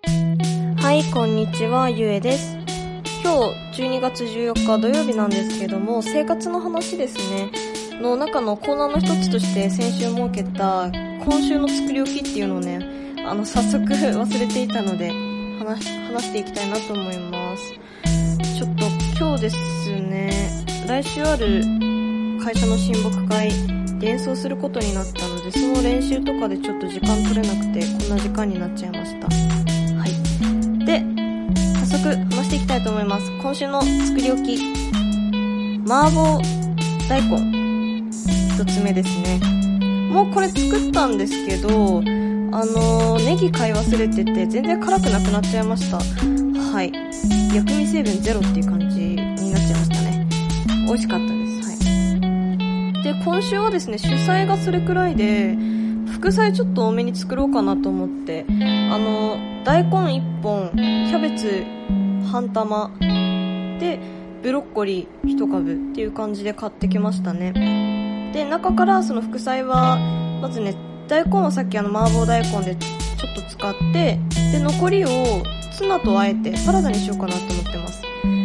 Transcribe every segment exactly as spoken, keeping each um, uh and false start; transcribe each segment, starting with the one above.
はい、こんにちは、ゆえです。今日じゅうにがつじゅうよっか土曜日なんですけども、生活の話ですねの中のコーナーの一つとして先週設けた今週の作り置きっていうのをね、あの早速忘れていたので話し、話していきたいなと思います。ちょっと今日ですね、来週ある会社の親睦会で演奏することになったので、その練習とかでちょっと時間取れなくてこんな時間になっちゃいました。はい。で、早速話していきたいと思います。今週の作り置き、麻婆大根一つ目ですね。もうこれ作ったんですけど、あのー、ネギ買い忘れてて全然辛くなくなっちゃいました。はい。薬味成分ゼロっていう感じになっちゃいましたね。美味しかったです。で、今週はですね、主菜がそれくらいで、副菜ちょっと多めに作ろうかなと思って、あの、大根いっぽん、キャベツ半玉、で、ブロッコリーいちかぶっていう感じで買ってきましたね。で、中からその副菜は、まずね、大根はさっきあの麻婆大根でちょっと使って、で、残りをツナとあえてサラダにしようかなと思ってます。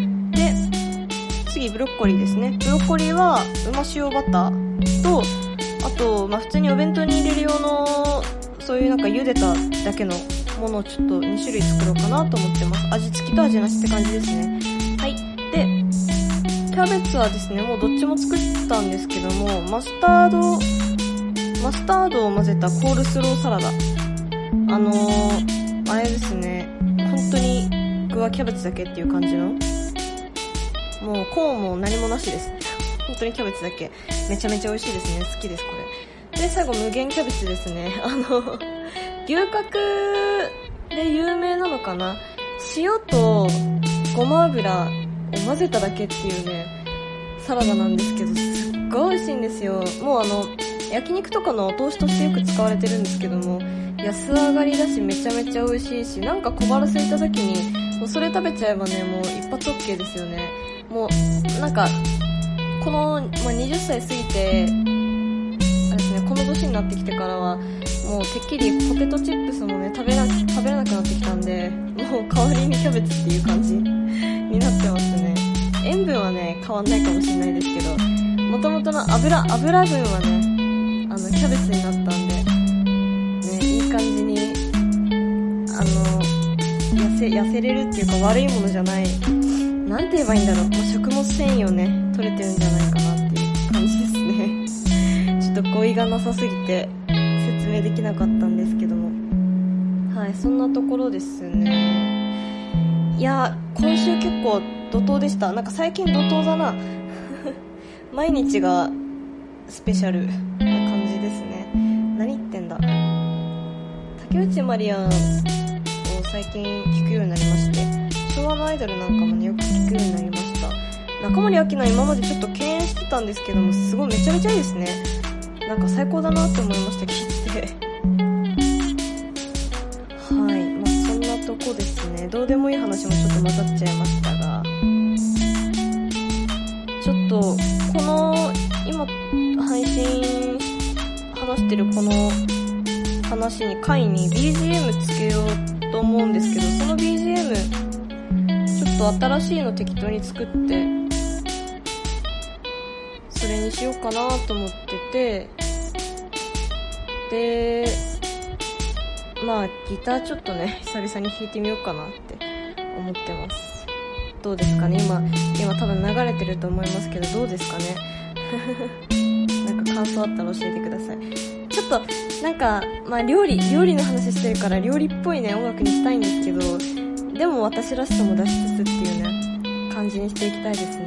次ブロッコリーですね。ブロッコリーはうま塩バターと、あと、まあ、普通にお弁当に入れる用のそういうなんか茹でただけのものをちょっとにしゅるい作ろうかなと思ってます。味付きと味なしって感じですね。はい。で、キャベツはですね、もうどっちも作ったんですけども、マスタードマスタードを混ぜたコールスローサラダ、あのー、あれですね、本当に具はキャベツだけっていう感じの、もうコーンも何もなしです。本当にキャベツだけ。めちゃめちゃ美味しいですね。好きですこれ。で、最後無限キャベツですね。あの牛角で有名なのかな、塩とごま油を混ぜただけっていうねサラダなんですけど、すっごい美味しいんですよ。もうあの焼肉とかのお通しとしてよく使われてるんですけども、安上がりだしめちゃめちゃ美味しいし、なんか小腹空いた時にもうそれ食べちゃえばね、もう一発 OK ですよね。もうなんかこの、まあ、にじゅっさい過ぎてあれですね、この年になってきてからはもうてっきりポテトチップスもね食べな食べれなくなってきたんで、もう代わりにキャベツっていう感じになってますね。塩分はね変わんないかもしれないですけど、元々の油油分はねあのキャベツになったんでね、いい感じにあの痩せ痩せれるっていうか、悪いものじゃない、なんて言えばいいんだろう、まあ、食物繊維をね取れてるんじゃないかなっていう感じですね。ちょっと語彙がなさすぎて説明できなかったんですけども、はい、そんなところですね。いや今週結構怒涛でした。なんか最近怒涛だな毎日がスペシャルな感じですね。何言ってんだ。竹内まりやを最近聞くようになりまして、昭和のアイドルなんかもねよく聞くようになりました。中森明菜今までちょっと敬遠してたんですけども、すごいめちゃめちゃいいですね。なんか最高だなって思いました、聞いててはい、まあそんなとこですね。どうでもいい話もちょっと混ざっちゃいましたが、ちょっとこの今配信話してるこの話に回に ビージーエム つけようと思うんですけど、その ビージーエムちょっと新しいの適当に作ってそれにしようかなと思ってて、でまあギターちょっとね久々に弾いてみようかなって思ってます。どうですかね。今今多分流れてると思いますけど、どうですかねなんか感想あったら教えてください。ちょっとなんかまあ料理料理の話してるから料理っぽいね音楽にしたいんですけど、でも私らしさも出しつつっていうね感じにしていきたいですね。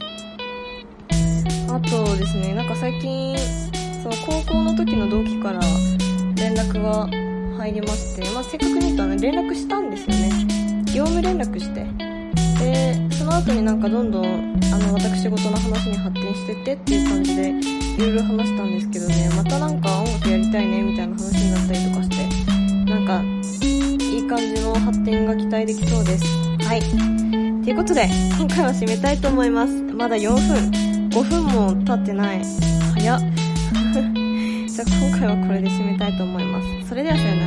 あとですね、なんか最近その高校の時の同期から連絡が入りまして、まあせっかくに言ったら連絡したんですよね。業務連絡して、でその後になんかどんどんあの私事の話に発展してってっていう感じでいろいろ話したんですけどね、またなんか音楽やりたいねみたいな話になったりとかして、なんかいい感じの発展が期待できそうです。はい。ということで今回は締めたいと思います。まだよんぷんごふんも経ってない。早っじゃあ今回はこれで締めたいと思います。それではさよなら。